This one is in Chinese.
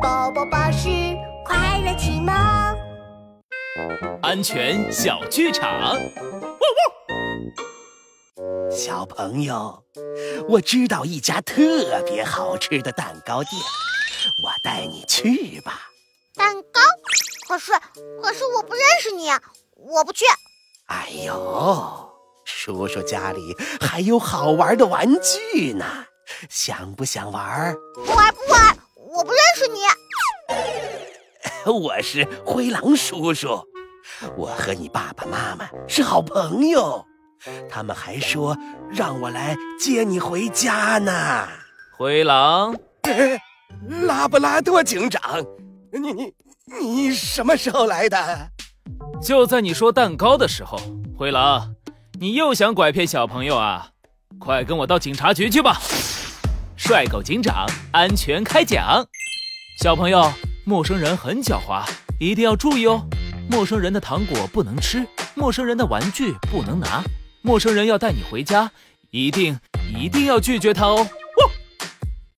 宝宝巴士快乐启蒙。 安全小剧场。 小朋友，我知道一家特别好吃的蛋糕店，我带你去吧。 蛋糕？可是我不认识你，我不去。 哎呦，叔叔家里还有好玩的玩具呢，想不想玩？ 不玩，我不认识你。 我是灰狼叔叔，我和你爸爸妈妈是好朋友，他们还说让我来接你回家呢。 灰狼， 拉布拉多警长，你什么时候来的？ 就在你说蛋糕的时候。灰狼，你又想拐骗小朋友啊？快跟我到警察局去吧。帅狗警长安全开讲。小朋友，陌生人很狡猾，一定要注意哦。陌生人的糖果不能吃，陌生人的玩具不能拿，陌生人要带你回家，一定要拒绝他哦。